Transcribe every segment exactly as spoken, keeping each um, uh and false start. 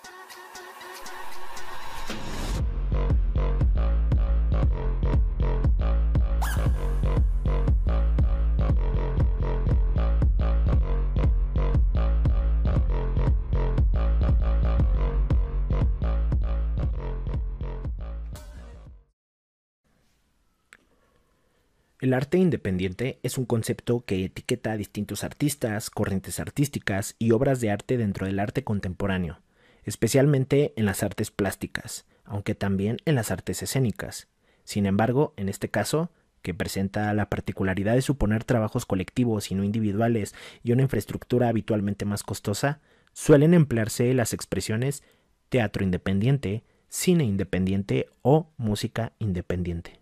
El arte independiente es un concepto que etiqueta a distintos artistas, corrientes artísticas y obras de arte dentro del arte contemporáneo, especialmente en las artes plásticas, aunque también en las artes escénicas. Sin embargo, en este caso, que presenta la particularidad de suponer trabajos colectivos y no individuales y una infraestructura habitualmente más costosa, suelen emplearse las expresiones teatro independiente, cine independiente o música independiente.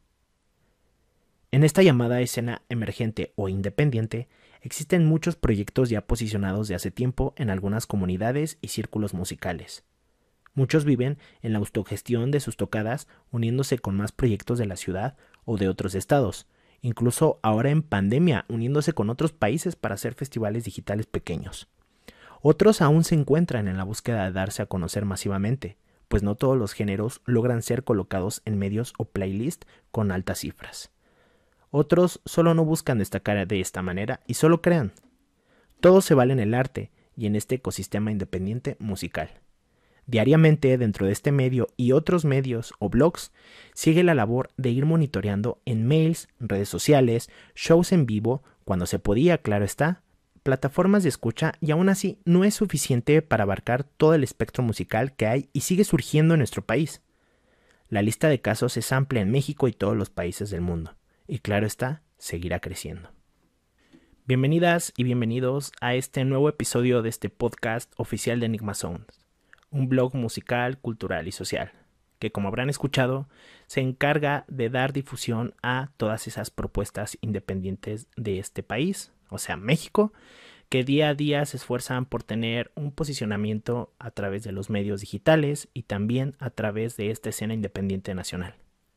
En esta llamada escena emergente o independiente, existen muchos proyectos ya posicionados de hace tiempo en algunas comunidades y círculos musicales. Muchos viven en la autogestión de sus tocadas, uniéndose con más proyectos de la ciudad o de otros estados, incluso ahora en pandemia, uniéndose con otros países para hacer festivales digitales pequeños. Otros aún se encuentran en la búsqueda de darse a conocer masivamente, pues no todos los géneros logran ser colocados en medios o playlists con altas cifras. Otros solo no buscan destacar de esta manera y solo crean. Todo se vale en el arte y en este ecosistema independiente musical. Diariamente, dentro de este medio y otros medios o blogs, sigue la labor de ir monitoreando en mails, redes sociales, shows en vivo, cuando se podía, claro está, plataformas de escucha, y aún así no es suficiente para abarcar todo el espectro musical que hay y sigue surgiendo en nuestro país. La lista de casos es amplia en México y todos los países del mundo. Y claro está, seguirá creciendo. Bienvenidas y bienvenidos a este nuevo episodio de este podcast oficial de Enigma Sounds, un blog musical, cultural y social, que como habrán escuchado, se encarga de dar difusión a todas esas propuestas independientes de este país, o sea, México, que día a día se esfuerzan por tener un posicionamiento a través de los medios digitales y también a través de esta escena independiente nacional.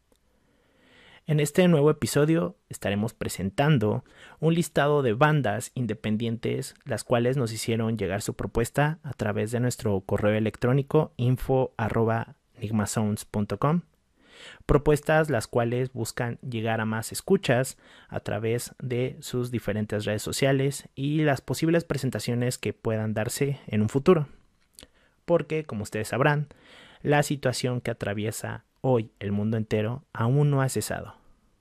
En este nuevo episodio estaremos presentando un listado de bandas independientes, las cuales nos hicieron llegar su propuesta a través de nuestro correo electrónico info arroba enigmasounds punto com. Propuestas las cuales buscan llegar a más escuchas a través de sus diferentes redes sociales y las posibles presentaciones que puedan darse en un futuro. Porque, como ustedes sabrán, la situación que atraviesa hoy el mundo entero aún no ha cesado.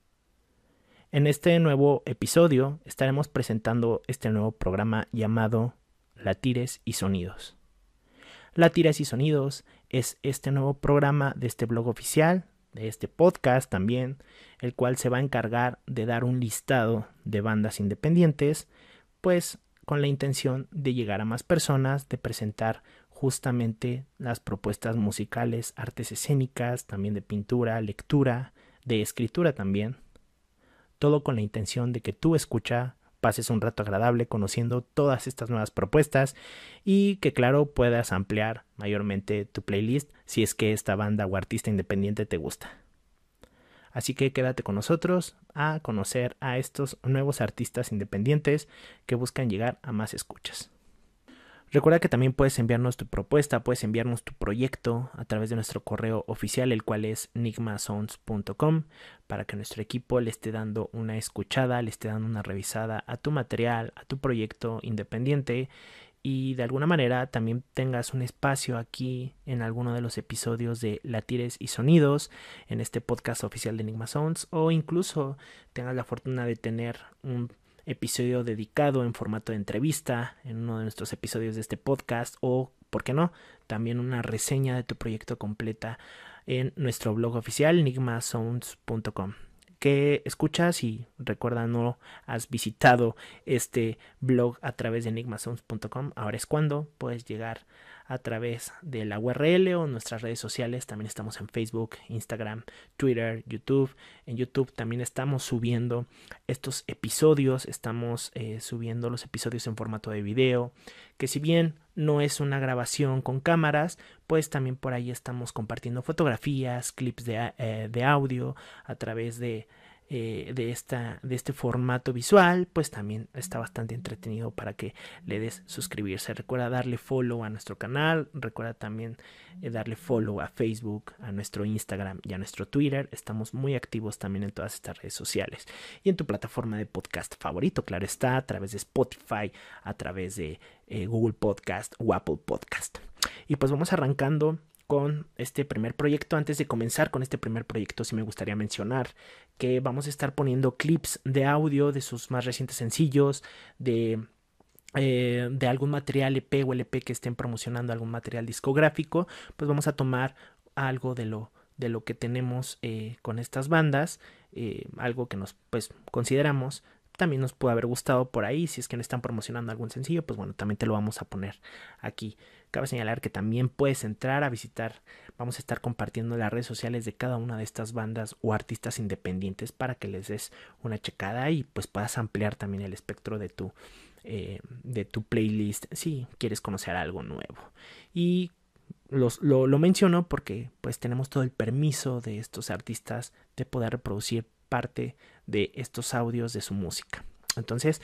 En este nuevo episodio estaremos presentando este nuevo programa llamado Latires y Sonidos. Latires y Sonidos es este nuevo programa de este blog oficial, de este podcast también, el cual se va a encargar de dar un listado de bandas independientes, pues con la intención de llegar a más personas, de presentar justamente las propuestas musicales, artes escénicas, también de pintura, lectura, de escritura también. Todo con la intención de que tú escucha, pases un rato agradable conociendo todas estas nuevas propuestas y que claro puedas ampliar mayormente tu playlist si es que esta banda o artista independiente te gusta. Así que quédate con nosotros a conocer a estos nuevos artistas independientes que buscan llegar a más escuchas. Recuerda que también puedes enviarnos tu propuesta, puedes enviarnos tu proyecto a través de nuestro correo oficial, el cual es enigmasounds punto com, para que nuestro equipo le esté dando una escuchada, le esté dando una revisada a tu material, a tu proyecto independiente y de alguna manera también tengas un espacio aquí en alguno de los episodios de Latires y Sonidos, en este podcast oficial de Enigma Sounds, o incluso tengas la fortuna de tener un episodio dedicado en formato de entrevista en uno de nuestros episodios de este podcast, o, ¿por qué no?, también una reseña de tu proyecto completa en nuestro blog oficial enigmasounds punto com. Que escuchas y recuerda, no has visitado este blog a través de enigmasounds punto com, ahora es cuando puedes llegar a través de la U R L o nuestras redes sociales. También estamos en Facebook, Instagram, Twitter, YouTube. En YouTube también estamos subiendo estos episodios, estamos eh, subiendo los episodios en formato de video, que si bien no es una grabación con cámaras, pues también por ahí estamos compartiendo fotografías, clips de, eh, de audio a través de eh, de, esta, de este formato visual, pues también está bastante entretenido para que le des suscribirse. Recuerda darle follow a nuestro canal, recuerda también eh, darle follow a Facebook, a nuestro Instagram y a nuestro Twitter. Estamos muy activos también en todas estas redes sociales y en tu plataforma de podcast favorito, claro está, a través de Spotify, a través de eh, Google Podcast o Apple Podcast. Y pues vamos arrancando con este primer proyecto. Antes de comenzar con este primer proyecto, sí me gustaría mencionar que vamos a estar poniendo clips de audio de sus más recientes sencillos, de, eh, de algún material E P o L P que estén promocionando, algún material discográfico. Pues vamos a tomar algo de lo, de lo que tenemos eh, con estas bandas, eh, algo que nos pues consideramos también nos puede haber gustado por ahí. Si es que no están promocionando algún sencillo, pues bueno, también te lo vamos a poner aquí. Cabe señalar que también puedes entrar a visitar, vamos a estar compartiendo las redes sociales de cada una de estas bandas o artistas independientes para que les des una checada y pues puedas ampliar también el espectro de tu, eh, de tu playlist si quieres conocer algo nuevo. Y los, lo, lo menciono porque pues tenemos todo el permiso de estos artistas de poder reproducir parte de estos audios de su música. Entonces,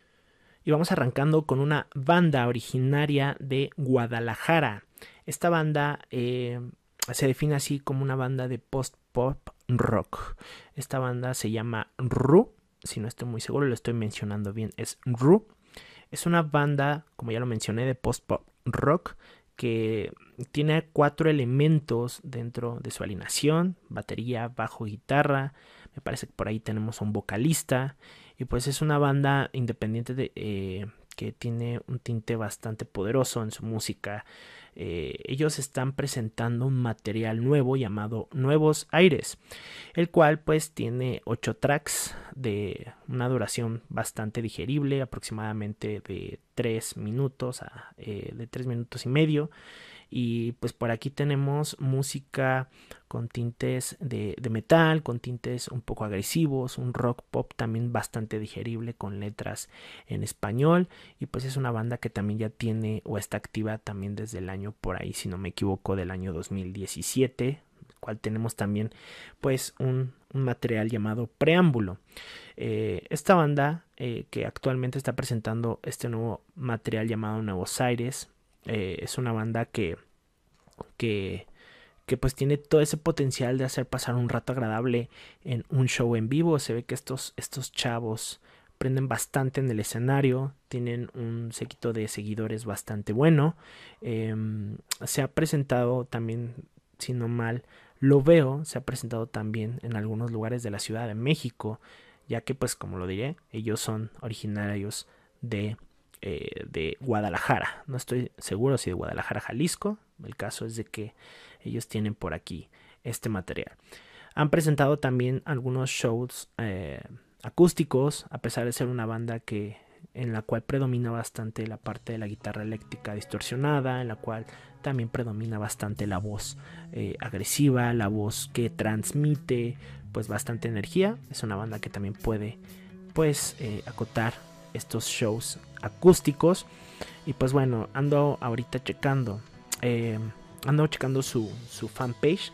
y vamos arrancando con una banda originaria de Guadalajara. Esta banda eh, se define así como una banda de post-pop rock. Esta banda se llama Ru, si no estoy muy seguro, lo estoy mencionando bien, es Ru. Es una banda, como ya lo mencioné, de post-pop rock que tiene cuatro elementos dentro de su alineación: batería, bajo, guitarra. Me parece que por ahí tenemos a un vocalista. Y pues es una banda independiente de, eh, que tiene un tinte bastante poderoso en su música. Eh, ellos están presentando un material nuevo llamado Nuevos Aires, el cual pues tiene ocho tracks de una duración bastante digerible, aproximadamente de tres minutos a eh, de tres minutos y medio. Y pues por aquí tenemos música con tintes de, de metal, con tintes un poco agresivos, un rock pop también bastante digerible con letras en español. Y pues es una banda que también ya tiene o está activa también desde el año por ahí, si no me equivoco, del año dos mil diecisiete, cual tenemos también pues un, un material llamado Preámbulo. Eh, esta banda eh, que actualmente está presentando este nuevo material llamado Nuevos Aires, Eh, es una banda que, que, que pues tiene todo ese potencial de hacer pasar un rato agradable en un show en vivo. Se ve que estos, estos chavos prenden bastante en el escenario, tienen un séquito de seguidores bastante bueno. Eh, se ha presentado también, si no mal lo veo, se ha presentado también en algunos lugares de la Ciudad de México, ya que pues como lo diré, ellos son originarios de Eh, de Guadalajara. No estoy seguro si de Guadalajara, Jalisco. El caso es de que ellos tienen por aquí este material. Han presentado también algunos shows eh, acústicos, a pesar de ser una banda que en la cual predomina bastante la parte de la guitarra eléctrica distorsionada, en la cual también predomina bastante la voz eh, agresiva, la voz que transmite pues bastante energía. Es una banda que también puede pues eh, acotar estos shows acústicos. Y pues bueno, ando ahorita checando eh, ando checando su, su fanpage,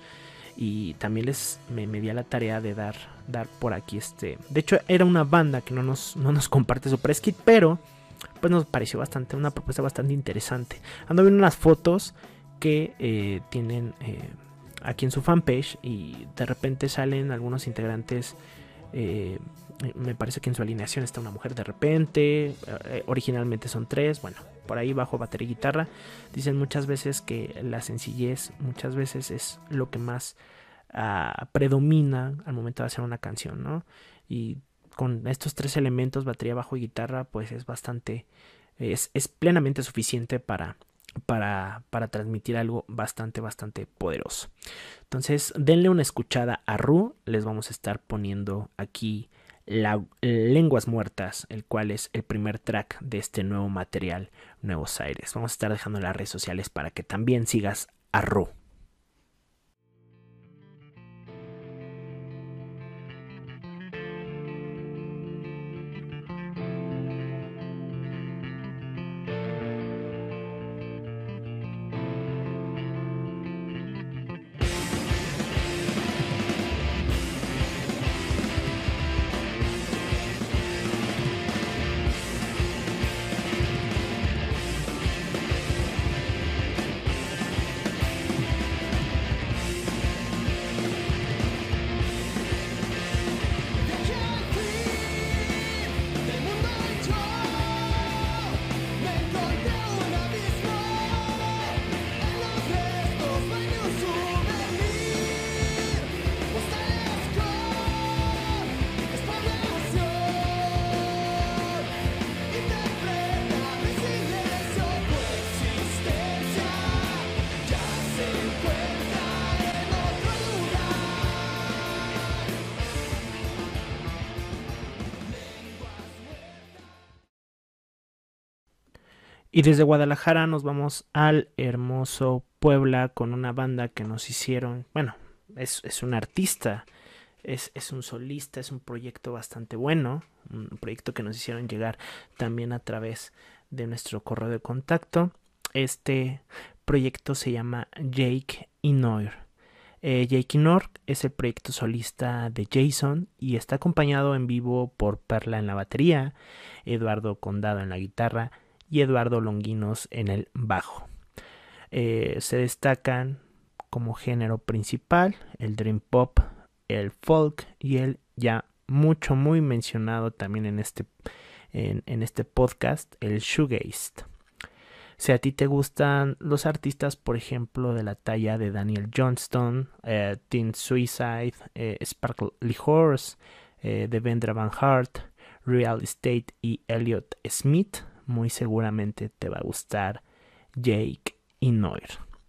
y también les me, me di a la tarea de dar, dar por aquí este, de hecho era una banda que no nos, no nos comparte su press kit, pero pues nos pareció bastante, una propuesta bastante interesante. Ando viendo unas fotos que eh, tienen eh, aquí en su fanpage, y de repente salen algunos integrantes. Eh, me parece que en su alineación está una mujer de repente, eh, originalmente son tres, bueno, por ahí bajo, batería y guitarra. Dicen muchas veces que la sencillez muchas veces es lo que más uh, predomina al momento de hacer una canción, ¿no? Y con estos tres elementos, batería, bajo y guitarra, pues es bastante, es, es plenamente suficiente para Para, para transmitir algo bastante, bastante poderoso. Entonces, denle una escuchada a Ru. Les vamos a estar poniendo aquí la, Lenguas Muertas, el cual es el primer track de este nuevo material, Nuevos Aires. Vamos a estar dejando en las redes sociales para que también sigas a Ru. Y desde Guadalajara nos vamos al hermoso Puebla con una banda que nos hicieron, bueno, es, es un artista, es, es un solista, es un proyecto bastante bueno, un proyecto que nos hicieron llegar también a través de nuestro correo de contacto. Este proyecto se llama Jake y Noir. Eh, Jake y Noir es el proyecto solista de Jason y está acompañado en vivo por Perla en la batería, Eduardo Condado en la guitarra y Eduardo Longuinos en el bajo. Eh, se destacan como género principal el dream pop, el folk y el ya mucho muy mencionado también en este, en, en este podcast, el shoegaze. Si a ti te gustan los artistas, por ejemplo, de la talla de Daniel Johnston, eh, Teen Suicide, eh, Sparkly Horse, eh, Devendra Van Hart, Real Estate y Elliot Smith, muy seguramente te va a gustar Jake y Noir.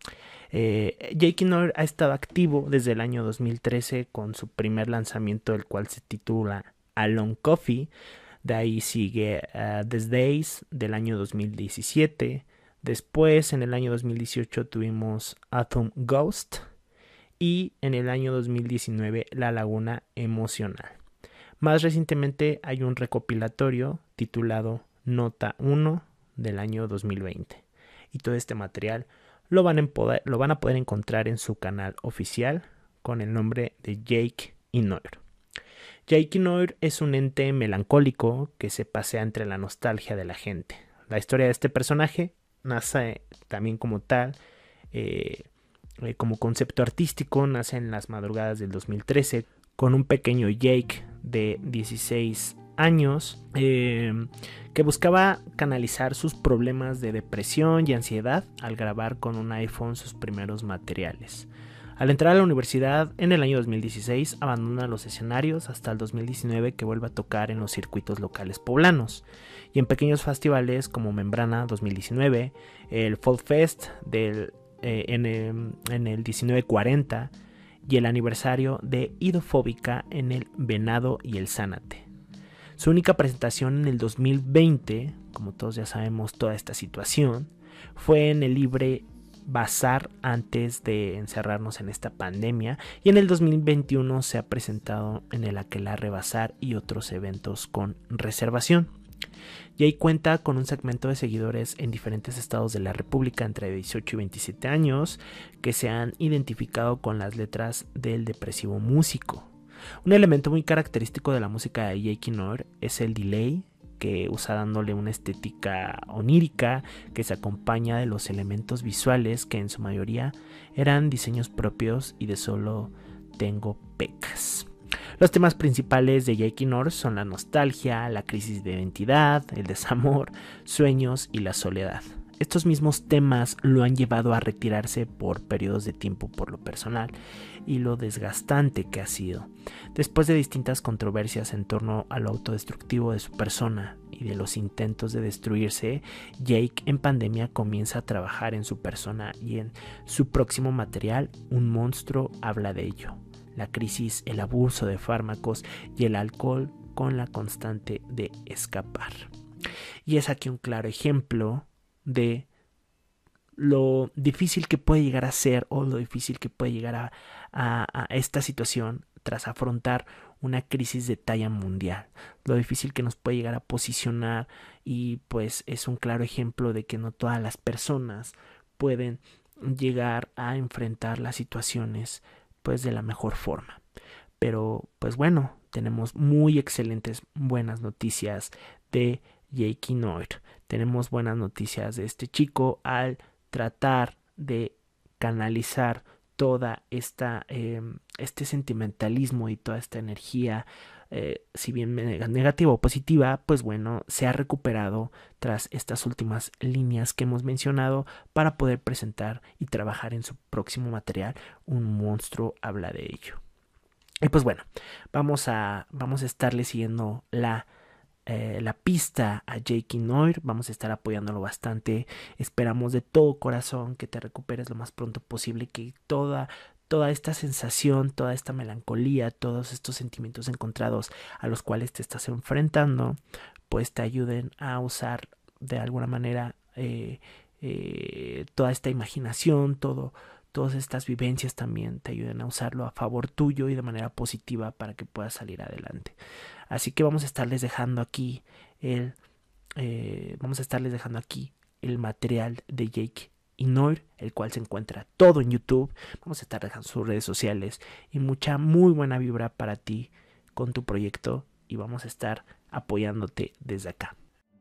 Eh, Jake y Noir ha estado activo desde el año dos mil trece con su primer lanzamiento, el cual se titula Alone Coffee. De ahí sigue uh, The Days del año dos mil diecisiete. Después, en el año dos mil dieciocho, tuvimos Atom Ghost. Y en el año dos mil diecinueve, La Laguna Emocional. Más recientemente hay un recopilatorio titulado Nota uno del año dos mil veinte. Y todo este material lo van, poder, lo van a poder encontrar en su canal oficial con el nombre de Jake y Noir. Jake y Noir es un ente melancólico que se pasea entre la nostalgia de la gente. La historia de este personaje nace también como tal, eh, eh, como concepto artístico, nace en las madrugadas del dos mil trece con un pequeño Jake de dieciséis años eh, que buscaba canalizar sus problemas de depresión y ansiedad al grabar con un iPhone sus primeros materiales. Al entrar a la universidad en el año dos mil dieciséis abandona los escenarios hasta el dos mil diecinueve, que vuelve a tocar en los circuitos locales poblanos y en pequeños festivales como Membrana dos mil diecinueve, el Folk Fest del, eh, en, el, en el diecinueve cuarenta y el aniversario de Idofóbica en el Venado y el Zánate. Su única presentación en el dos mil veinte, como todos ya sabemos toda esta situación, fue en el Libre Bazar antes de encerrarnos en esta pandemia, y en el dos mil veintiuno se ha presentado en el Aquelarre Bazar y otros eventos con reservación. Jay cuenta con un segmento de seguidores en diferentes estados de la República entre dieciocho y veintisiete años que se han identificado con las letras del depresivo músico. Un elemento muy característico de la música de Jake y Noir es el delay, que usa dándole una estética onírica que se acompaña de los elementos visuales que en su mayoría eran diseños propios y de solo tengo pecas. Los temas principales de Jake y Noir son la nostalgia, la crisis de identidad, el desamor, sueños y la soledad. Estos mismos temas lo han llevado a retirarse por periodos de tiempo por lo personal y lo desgastante que ha sido. Después de distintas controversias en torno a lo autodestructivo de su persona y de los intentos de destruirse, Jake en pandemia comienza a trabajar en su persona y en su próximo material, Un monstruo habla de ello. La crisis, el abuso de fármacos y el alcohol con la constante de escapar. Y es aquí un claro ejemplo de lo difícil que puede llegar a ser o lo difícil que puede llegar a, a, a esta situación tras afrontar una crisis de talla mundial, lo difícil que nos puede llegar a posicionar, y pues es un claro ejemplo de que no todas las personas pueden llegar a enfrentar las situaciones pues de la mejor forma. Pero pues bueno, tenemos muy excelentes buenas noticias de Jake y Noir. Tenemos buenas noticias de este chico al tratar de canalizar toda esta eh, este sentimentalismo y toda esta energía, eh, si bien negativa o positiva, pues bueno, se ha recuperado tras estas últimas líneas que hemos mencionado para poder presentar y trabajar en su próximo material, Un monstruo habla de ello. Y pues bueno, vamos a, vamos a estarle siguiendo la Eh, la pista a Jake y Noir, vamos a estar apoyándolo bastante. Esperamos de todo corazón que te recuperes lo más pronto posible, que toda toda esta sensación, toda esta melancolía, todos estos sentimientos encontrados a los cuales te estás enfrentando, pues te ayuden a usar de alguna manera eh, eh, toda esta imaginación, todo, todas estas vivencias también te ayuden a usarlo a favor tuyo y de manera positiva para que puedas salir adelante. Así que vamos a estarles dejando aquí el, eh, vamos a estarles dejando aquí el material de Jake y Noir, el cual se encuentra todo en YouTube. Vamos a estar dejando sus redes sociales y mucha muy buena vibra para ti con tu proyecto, y vamos a estar apoyándote desde acá.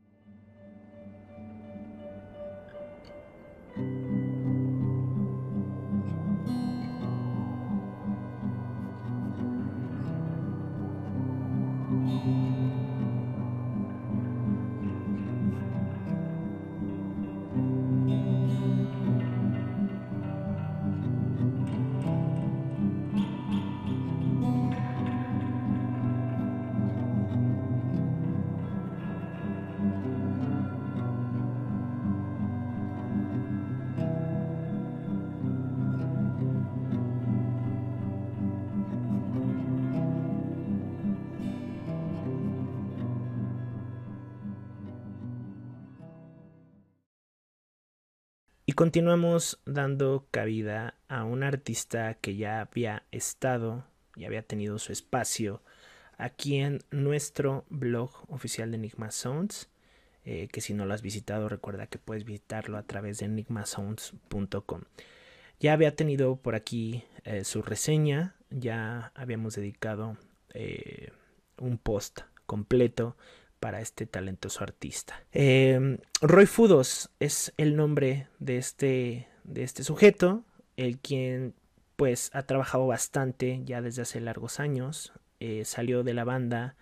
Y continuamos dando cabida a un artista que ya había estado y había tenido su espacio aquí en nuestro blog oficial de Enigma Sounds, eh, que si no lo has visitado, recuerda que puedes visitarlo a través de enigma sounds punto com. Ya había tenido por aquí eh, su reseña, ya habíamos dedicado eh, un post completo para este talentoso artista. Eh, Roy Fudos es el nombre de este, de este sujeto, el quien pues ha trabajado bastante ya desde hace largos años. Eh, salió de la banda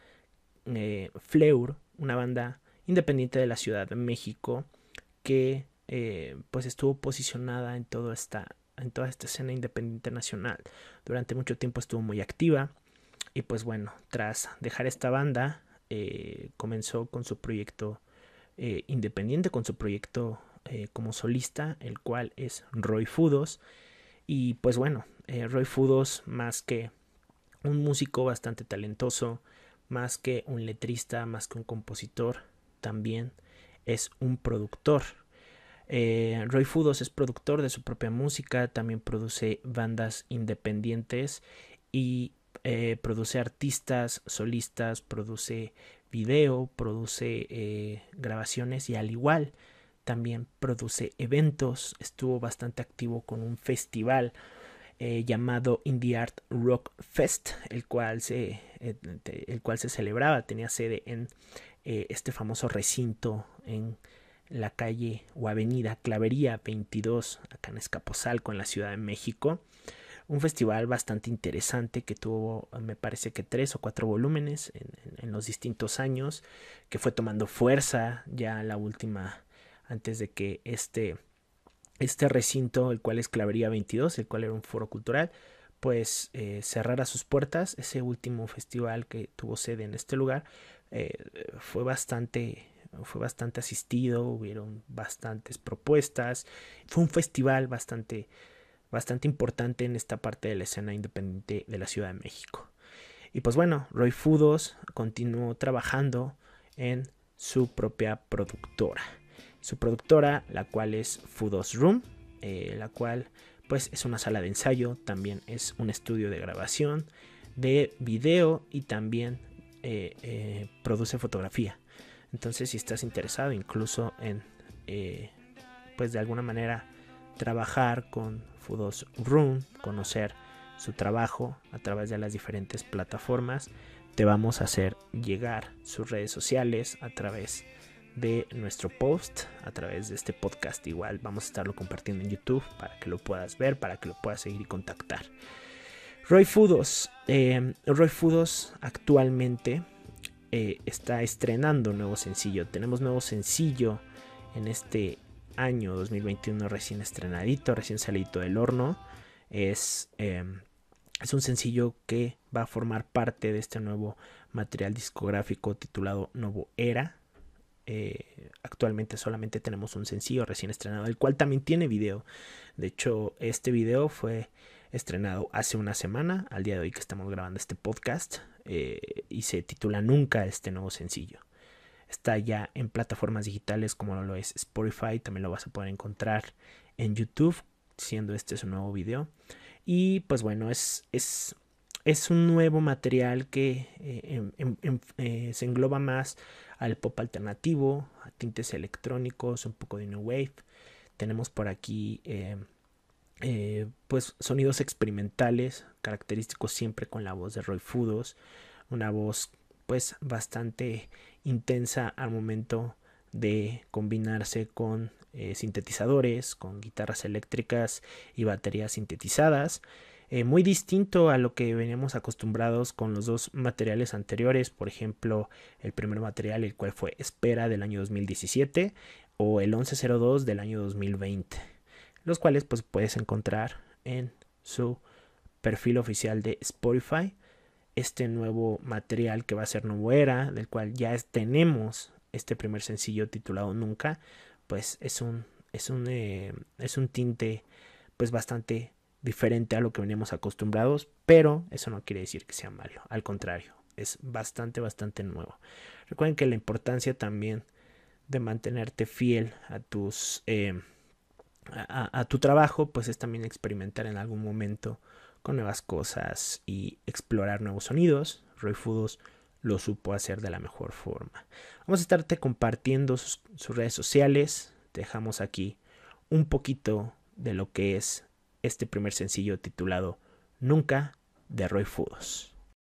eh, Fleur, una banda independiente de la Ciudad de México que eh, pues estuvo posicionada en toda esta, en toda esta escena independiente nacional. Durante mucho tiempo estuvo muy activa y pues bueno, tras dejar esta banda, Eh, comenzó con su proyecto eh, independiente, con su proyecto eh, como solista, el cual es Roy Fudos. Y pues bueno, eh, Roy Fudos, más que un músico bastante talentoso, más que un letrista, más que un compositor, también es un productor. Eh, Roy Fudos es productor de su propia música, también produce bandas independientes y Eh, produce artistas, solistas, produce video, produce eh, grabaciones y al igual también produce eventos. Estuvo bastante activo con un festival eh, llamado Indie Art Rock Fest, el cual se, eh, el cual se celebraba, tenía sede en eh, este famoso recinto en la calle o avenida Clavería veintidós, acá en Escaposalco, en la Ciudad de México. Un festival bastante interesante que tuvo, me parece que tres o cuatro volúmenes en, en, en los distintos años, que fue tomando fuerza ya la última, antes de que este, este recinto, el cual es Clavería veintidós, el cual era un foro cultural, pues eh, cerrara sus puertas. Ese último festival que tuvo sede en este lugar eh, fue bastante... fue bastante asistido, hubieron bastantes propuestas, fue un festival bastante bastante importante en esta parte de la escena independiente de la Ciudad de México. Y pues bueno, Roy Fudos continuó trabajando en su propia productora. Su productora, la cual es Fudos Room, eh, la cual pues es una sala de ensayo, también es un estudio de grabación, de video y también eh, eh, produce fotografía. Entonces, si estás interesado incluso en eh, pues de alguna manera trabajar con Fudos Room, conocer su trabajo a través de las diferentes plataformas, te vamos a hacer llegar sus redes sociales a través de nuestro post, a través de este podcast. Igual vamos a estarlo compartiendo en YouTube para que lo puedas ver, para que lo puedas seguir y contactar. Roy Fudos, eh, Roy Fudos actualmente eh, está estrenando un nuevo sencillo. Tenemos nuevo sencillo en este año dos mil veintiuno, recién estrenadito, recién salidito del horno. Es, eh, es un sencillo que va a formar parte de este nuevo material discográfico titulado Novo Era. Eh, actualmente solamente tenemos un sencillo recién estrenado, el cual también tiene video. De hecho, este video fue estrenado hace una semana, al día de hoy que estamos grabando este podcast, eh, y se titula Nunca, este nuevo sencillo. Está ya en plataformas digitales como lo es Spotify. También lo vas a poder encontrar en YouTube, siendo este su nuevo video. Y pues bueno, es, es, es un nuevo material que eh, en, en, en, eh, se engloba más al pop alternativo, a tintes electrónicos, un poco de new wave. Tenemos por aquí eh, eh, pues sonidos experimentales, característicos siempre con la voz de Roy Fudos, una voz pues bastante intensa al momento de combinarse con eh, sintetizadores, con guitarras eléctricas y baterías sintetizadas. Eh, muy distinto a lo que veníamos acostumbrados con los dos materiales anteriores, por ejemplo el primer material, el cual fue Espera del año dos mil diecisiete, o el once cero dos del año dos mil veinte, los cuales pues puedes encontrar en su perfil oficial de Spotify. Este nuevo material que va a ser Nuevo Era, del cual ya es, tenemos este primer sencillo titulado Nunca, pues es un, es un, eh, es un tinte pues bastante diferente a lo que veníamos acostumbrados, pero eso no quiere decir que sea malo, al contrario, es bastante, bastante nuevo. Recuerden que la importancia también de mantenerte fiel a tus eh, a, a tu trabajo, pues es también experimentar en algún momento con nuevas cosas y explorar nuevos sonidos. Roy Fudos lo supo hacer de la mejor forma. Vamos a estarte compartiendo sus, sus redes sociales. Te dejamos aquí un poquito de lo que es este primer sencillo titulado Nunca, de Roy Fudos.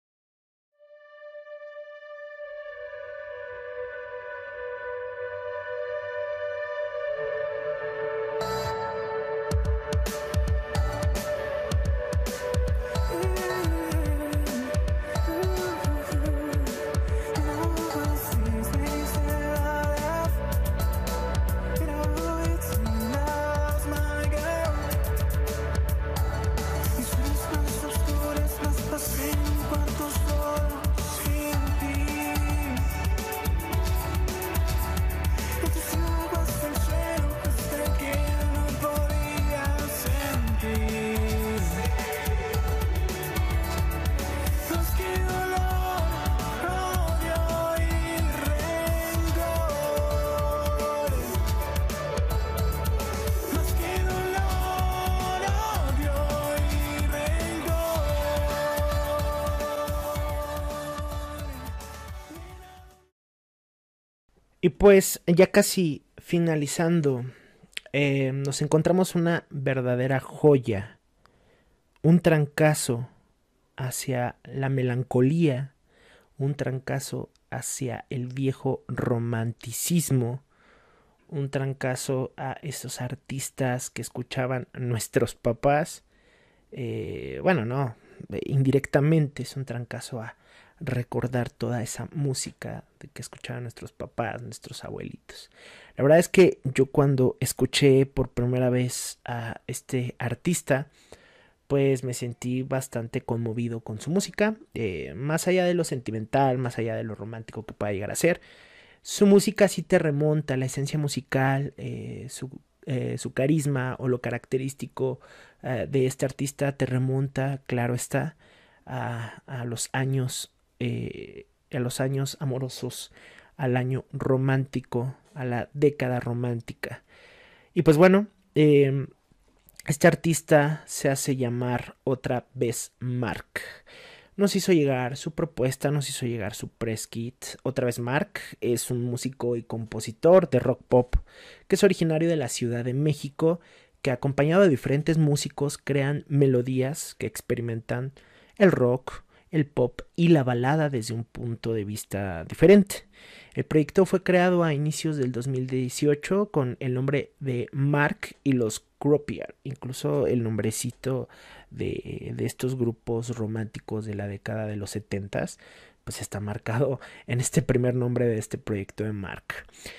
Y pues ya casi finalizando, eh, nos encontramos una verdadera joya, un trancazo hacia la melancolía, un trancazo hacia el viejo romanticismo, un trancazo a esos artistas que escuchaban nuestros papás. Eh, bueno, no, indirectamente es un trancazo a recordar toda esa música de que escuchaban nuestros papás, nuestros abuelitos. La verdad es que yo cuando escuché por primera vez a este artista, pues me sentí bastante conmovido con su música, eh, más allá de lo sentimental, más allá de lo romántico que pueda llegar a ser. Su música sí te remonta, la esencia musical, eh, su, eh, su carisma o lo característico uh, de este artista te remonta, claro está, a, a los años eh, a los años amorosos, al año romántico, a la década romántica. Y pues bueno, eh, este artista se hace llamar otra vez Mark. Nos hizo llegar su propuesta, nos hizo llegar su press kit. Otra vez Mark es un músico y compositor de rock pop que es originario de la Ciudad de México, que acompañado de diferentes músicos crean melodías que experimentan el rock, el pop y la balada desde un punto de vista diferente. El proyecto fue creado a inicios del dos mil dieciocho con el nombre de Mark y los Croupier, incluso el nombrecito de, de estos grupos románticos de la década de los setentas, pues está marcado en este primer nombre de este proyecto de Mark.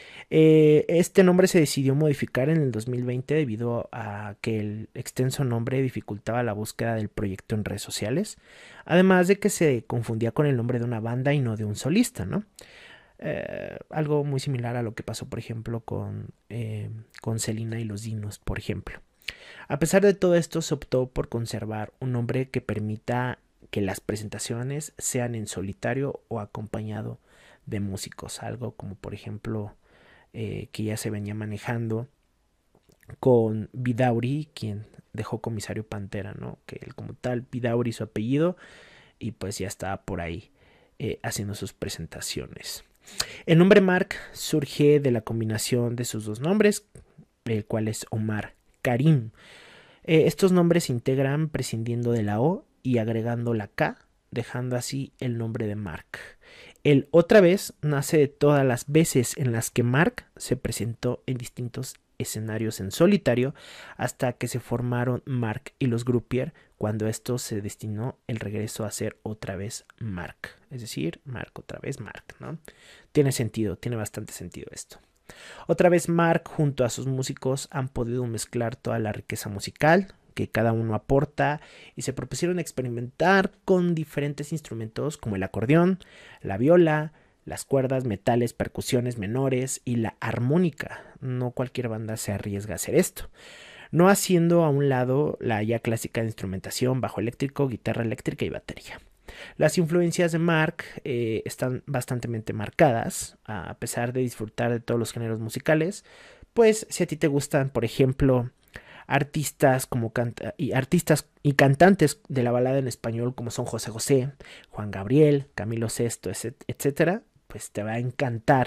Eh, este nombre se decidió modificar en el dos mil veinte debido a que el extenso nombre dificultaba la búsqueda del proyecto en redes sociales, además de que se confundía con el nombre de una banda y no de un solista, ¿no? Eh, algo muy similar a lo que pasó, por ejemplo, con, eh, con Selena y los Dinos, por ejemplo. A pesar de todo esto, se optó por conservar un nombre que permita que las presentaciones sean en solitario o acompañado de músicos, algo como por ejemplo eh, que ya se venía manejando con Vidauri, quien dejó Comisario Pantera, ¿no? Que él como tal, Vidauri su apellido, y pues ya estaba por ahí eh, haciendo sus presentaciones. El nombre Mark surge de la combinación de sus dos nombres, el cual es Omar Karim. Eh, estos nombres se integran prescindiendo de la O y agregando la K, dejando así el nombre de Mark. El otra vez nace de todas las veces en las que Mark se presentó en distintos escenarios en solitario hasta que se formaron Mark y los Groupier, cuando esto se destinó el regreso a ser otra vez Mark, es decir, Mark otra vez Mark, ¿no? Tiene sentido, tiene bastante sentido esto. Otra vez Mark junto a sus músicos han podido mezclar toda la riqueza musical que cada uno aporta y se propusieron experimentar con diferentes instrumentos como el acordeón, la viola, las cuerdas, metales, percusiones menores y la armónica. No cualquier banda se arriesga a hacer esto, no haciendo a un lado la ya clásica de instrumentación, bajo eléctrico, guitarra eléctrica y batería. Las influencias de Mark eh, están bastante marcadas, a pesar de disfrutar de todos los géneros musicales. Pues si a ti te gustan, por ejemplo, artistas como canta y artistas y cantantes de la balada en español como son José José, Juan Gabriel, Camilo Sesto, etcétera, pues te va a encantar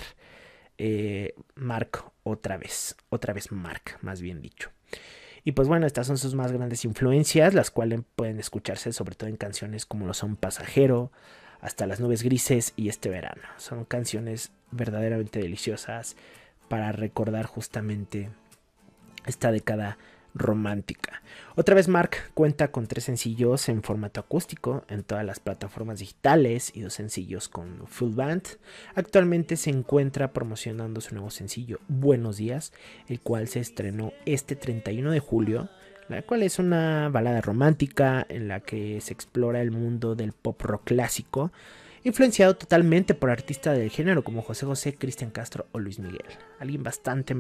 eh, Mark otra vez, otra vez Mark, más bien dicho. Y pues bueno, estas son sus más grandes influencias, las cuales pueden escucharse sobre todo en canciones como lo son Pasajero, Hasta las nubes grises y Este verano. Son canciones verdaderamente deliciosas para recordar justamente esta década romántica. Otra vez Mark cuenta con tres sencillos en formato acústico en todas las plataformas digitales y dos sencillos con full band. Actualmente se encuentra promocionando su nuevo sencillo Buenos días, el cual se estrenó este treinta y uno de julio, la cual es una balada romántica en la que se explora el mundo del pop rock clásico, influenciado totalmente por artistas del género como José José, Cristian Castro o Luis Miguel. Alguien bastante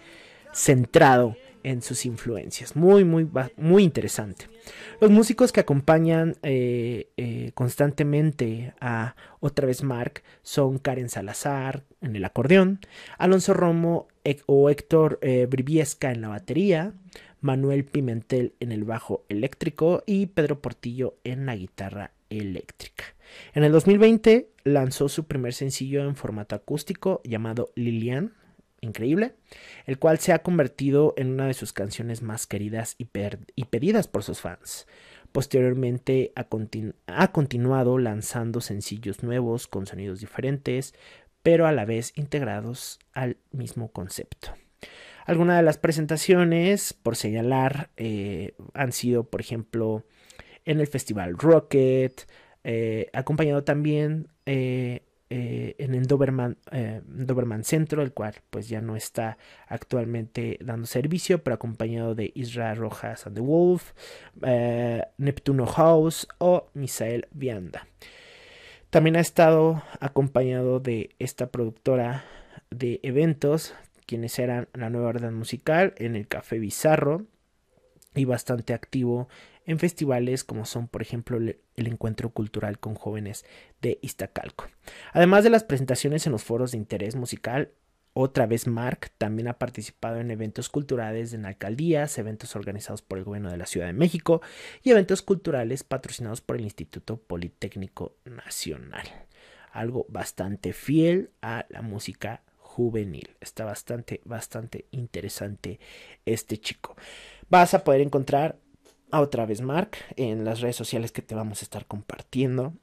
centrado en sus influencias, muy muy muy interesante. Los músicos que acompañan eh, eh, constantemente a otra vez Mark son Karen Salazar en el acordeón, Alonso Romo o Héctor eh, Briviesca en la batería, Manuel Pimentel en el bajo eléctrico y Pedro Portillo en la guitarra eléctrica. En el dos mil veinte lanzó su primer sencillo en formato acústico llamado Lilian, increíble, el cual se ha convertido en una de sus canciones más queridas y, y pedidas por sus fans. Posteriormente ha, continu ha continuado lanzando sencillos nuevos con sonidos diferentes, pero a la vez integrados al mismo concepto. Algunas de las presentaciones, por señalar, eh, han sido, por ejemplo, en el Festival Rocket, eh, acompañado también eh, Eh, en el Doberman, eh, Doberman Centro, el cual pues ya no está actualmente dando servicio, pero acompañado de Isra Rojas and the Wolf, eh, Neptuno House o Misael Vianda. También ha estado acompañado de esta productora de eventos, quienes eran La Nueva Orden Musical en el Café Bizarro, y bastante activo en festivales como son, por ejemplo, el Encuentro Cultural con Jóvenes de Iztacalco. Además de las presentaciones en los foros de interés musical, otra vez Mark también ha participado en eventos culturales en alcaldías, eventos organizados por el gobierno de la Ciudad de México y eventos culturales patrocinados por el Instituto Politécnico Nacional. Algo bastante fiel a la música juvenil. Está bastante, bastante interesante este chico. Vas a poder encontrar a otra vez Mark en las redes sociales que te vamos a estar compartiendo,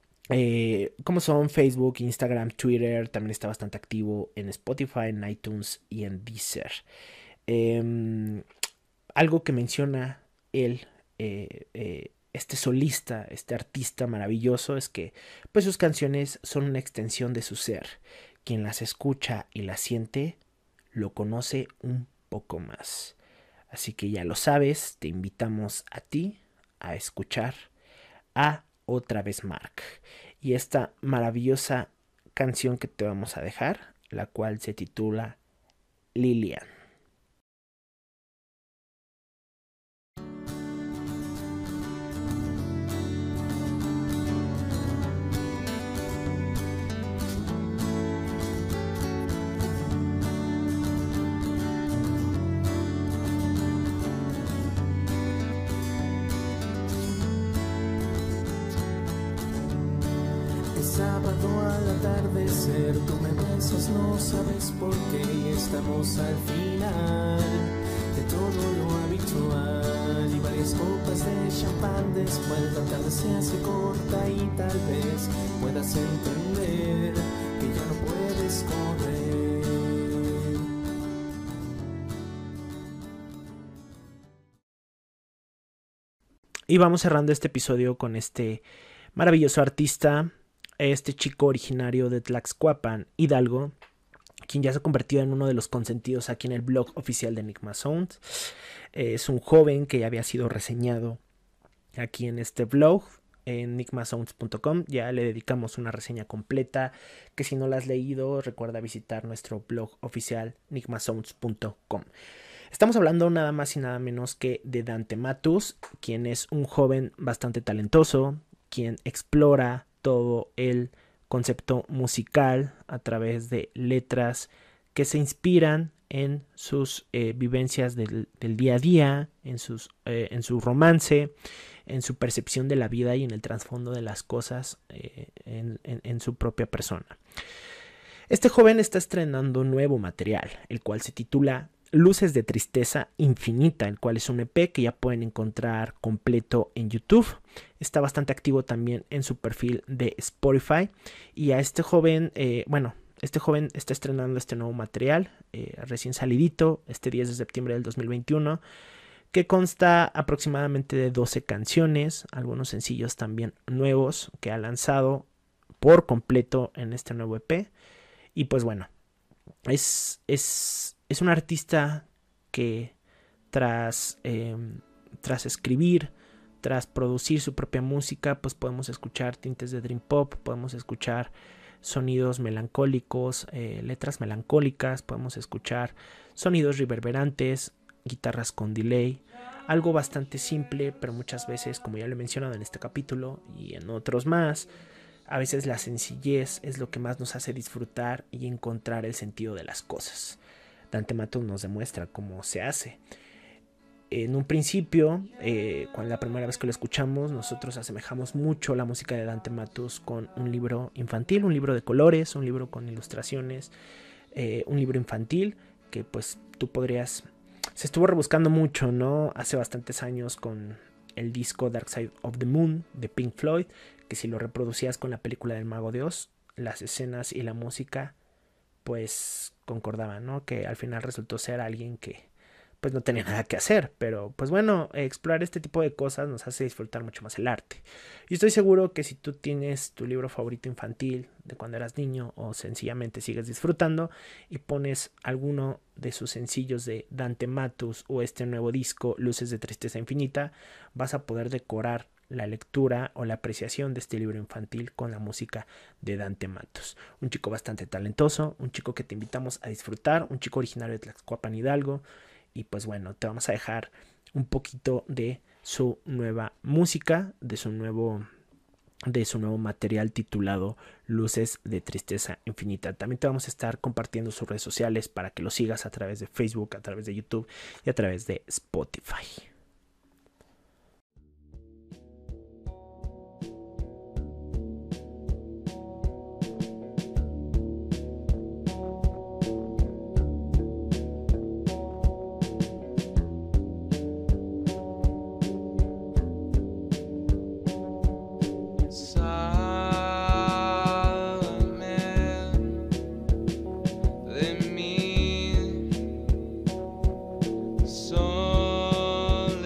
eh, como son Facebook, Instagram, Twitter. También está bastante activo en Spotify, en iTunes y en Deezer. Eh, algo que menciona él, eh, eh, este solista, este artista maravilloso, es que pues sus canciones son una extensión de su ser. Quien las escucha y las siente lo conoce un poco más. Así que ya lo sabes, te invitamos a ti a escuchar a Otra vez Mark y esta maravillosa canción que te vamos a dejar, la cual se titula Lilian. sábado al atardecer, tú me besas, no sabes por qué, y estamos al final de todo lo habitual, y varias copas de champán después, la tarde se hace corta y tal vez puedas entender que ya no puedes correr. Y vamos cerrando este episodio con este maravilloso artista, este chico originario de Tlaxcuapan, Hidalgo, quien ya se ha convertido en uno de los consentidos aquí en el blog oficial de Enigma Sounds. Es un joven que ya había sido reseñado aquí en este blog, en enigma sounds punto com. Ya le dedicamos una reseña completa, que si no la has leído, recuerda visitar nuestro blog oficial enigma sounds punto com. Estamos hablando nada más y nada menos que de Dante Matus, quien es un joven bastante talentoso, quien explora todo el concepto musical a través de letras que se inspiran en sus eh, vivencias del, del día a día, en, sus, eh, en su romance, en su percepción de la vida y en el trasfondo de las cosas eh, en, en, en su propia persona. Este joven está estrenando nuevo material, el cual se titula Luces de Tristeza Infinita, el cual es un E P que ya pueden encontrar completo en YouTube. Está bastante activo también en su perfil de Spotify. Y a este joven, eh, bueno, este joven está estrenando este nuevo material, eh, recién salidito, este diez de septiembre del dos mil veintiuno, que consta aproximadamente de doce canciones, algunos sencillos también nuevos que ha lanzado por completo en este nuevo E P. Y pues bueno, es... es Es un artista que tras, eh, tras escribir, tras producir su propia música, pues podemos escuchar tintes de dream pop, podemos escuchar sonidos melancólicos, eh, letras melancólicas, podemos escuchar sonidos reverberantes, guitarras con delay, algo bastante simple, pero muchas veces, como ya lo he mencionado en este capítulo y en otros más, a veces la sencillez es lo que más nos hace disfrutar y encontrar el sentido de las cosas. Dante Matus nos demuestra cómo se hace. En un principio, eh, cuando la primera vez que lo escuchamos, nosotros asemejamos mucho la música de Dante Matus con un libro infantil, un libro de colores, un libro con ilustraciones, eh, un libro infantil que pues tú podrías... Se estuvo rebuscando mucho, ¿no? Hace bastantes años con el disco Dark Side of the Moon de Pink Floyd, que si lo reproducías con la película del Mago de Oz, las escenas y la música pues concordaban, ¿no? Que al final resultó ser alguien que pues no tenía nada que hacer, pero pues bueno, explorar este tipo de cosas nos hace disfrutar mucho más el arte. Y estoy seguro que si tú tienes tu libro favorito infantil de cuando eras niño o sencillamente sigues disfrutando y pones alguno de sus sencillos de Dante Matus o este nuevo disco Luces de Tristeza Infinita, vas a poder decorar la lectura o la apreciación de este libro infantil con la música de Dante Matus. Un chico bastante talentoso, un chico que te invitamos a disfrutar, un chico originario de Tlaxcuapan, Hidalgo. Y pues bueno, te vamos a dejar un poquito de su nueva música, de su nuevo, de su nuevo material titulado Luces de Tristeza Infinita. También te vamos a estar compartiendo sus redes sociales para que lo sigas a través de Facebook, a través de YouTube y a través de Spotify. Solo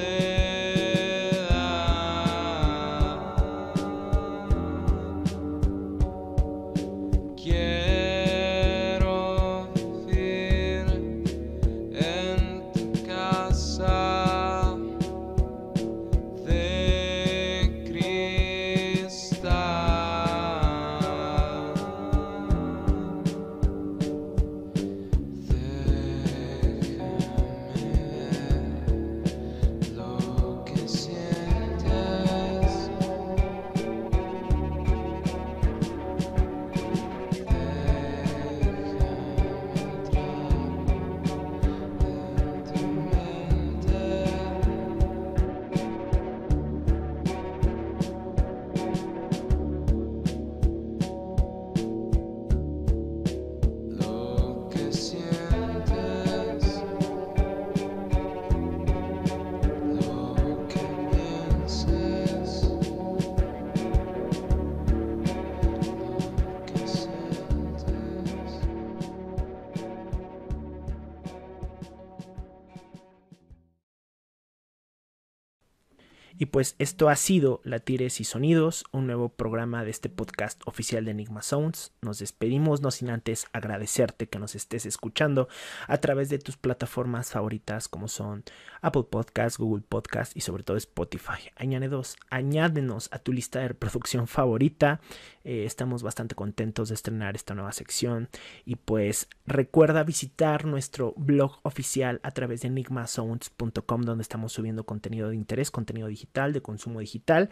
Y pues esto ha sido Latires y Sonidos, un nuevo programa de este podcast oficial de Enigma Sounds. Nos despedimos, no sin antes agradecerte que nos estés escuchando a través de tus plataformas favoritas como son Apple Podcasts, Google Podcasts y sobre todo Spotify. Añádenos, añádenos a tu lista de reproducción favorita. Eh, estamos bastante contentos de estrenar esta nueva sección y pues recuerda visitar nuestro blog oficial a través de enigma sounds punto com, donde estamos subiendo contenido de interés, contenido digital, de consumo digital,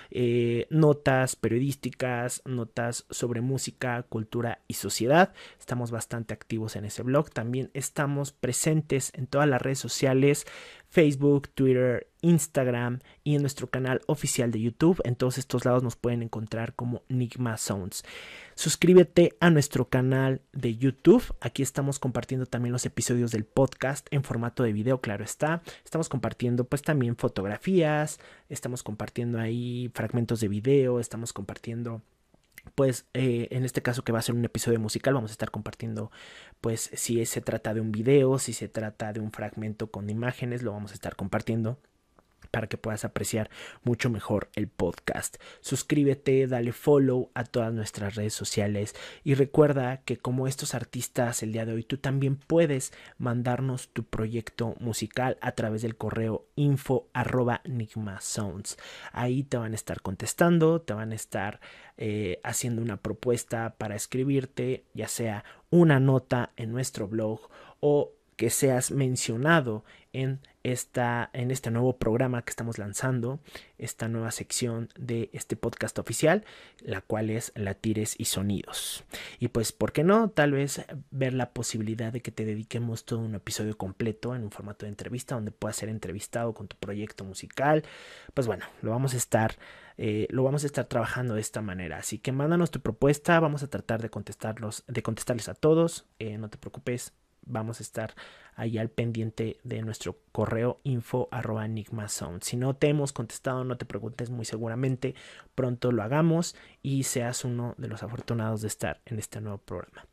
eh, notas periodísticas, notas sobre música, cultura y sociedad. Estamos bastante activos en ese blog. También estamos presentes en todas las redes sociales, Facebook, Twitter, Instagram y en nuestro canal oficial de YouTube. En todos estos lados nos pueden encontrar como Enigma Sounds. Suscríbete a nuestro canal de YouTube. Aquí estamos compartiendo también los episodios del podcast en formato de video, claro está. Estamos compartiendo pues también fotografías, estamos compartiendo ahí fragmentos de video, estamos compartiendo pues eh, en este caso que va a ser un episodio musical, vamos a estar compartiendo pues si se trata de un video, si se trata de un fragmento con imágenes, lo vamos a estar compartiendo para que puedas apreciar mucho mejor el podcast. Suscríbete, dale follow a todas nuestras redes sociales y recuerda que como estos artistas el día de hoy, tú también puedes mandarnos tu proyecto musical a través del correo info arroba enigma sounds. Ahí te van a estar contestando, te van a estar eh, haciendo una propuesta para escribirte, ya sea una nota en nuestro blog o que seas mencionado en, esta, en este nuevo programa que estamos lanzando, esta nueva sección de este podcast oficial, la cual es Latires y Sonidos. Y pues, ¿por qué no? Tal vez ver la posibilidad de que te dediquemos todo un episodio completo en un formato de entrevista, donde puedas ser entrevistado con tu proyecto musical. Pues bueno, lo vamos a estar, eh, lo vamos a estar trabajando de esta manera. Así que mándanos tu propuesta, vamos a tratar de contestarlos, de contestarles a todos. Eh, no te preocupes. Vamos a estar ahí al pendiente de nuestro correo info arroba enigma sound. Si no te hemos contestado, no te preguntes, muy seguramente pronto lo hagamos y seas uno de los afortunados de estar en este nuevo programa.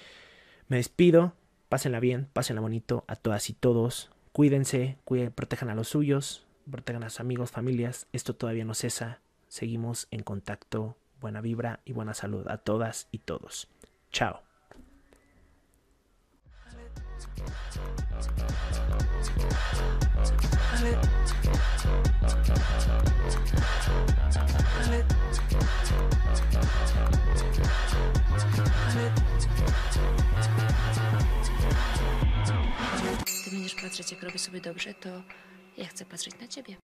Me despido, pásenla bien, pásenla bonito a todas y todos. Cuídense, cuiden, protejan a los suyos, protejan a sus amigos, familias. Esto todavía no cesa. Seguimos en contacto. Buena vibra y buena salud a todas y todos. Chao. Ale. Ale. Ale. Ty będziesz patrzeć, jak robię sobie dobrze, to ja chcę patrzeć na ciebie.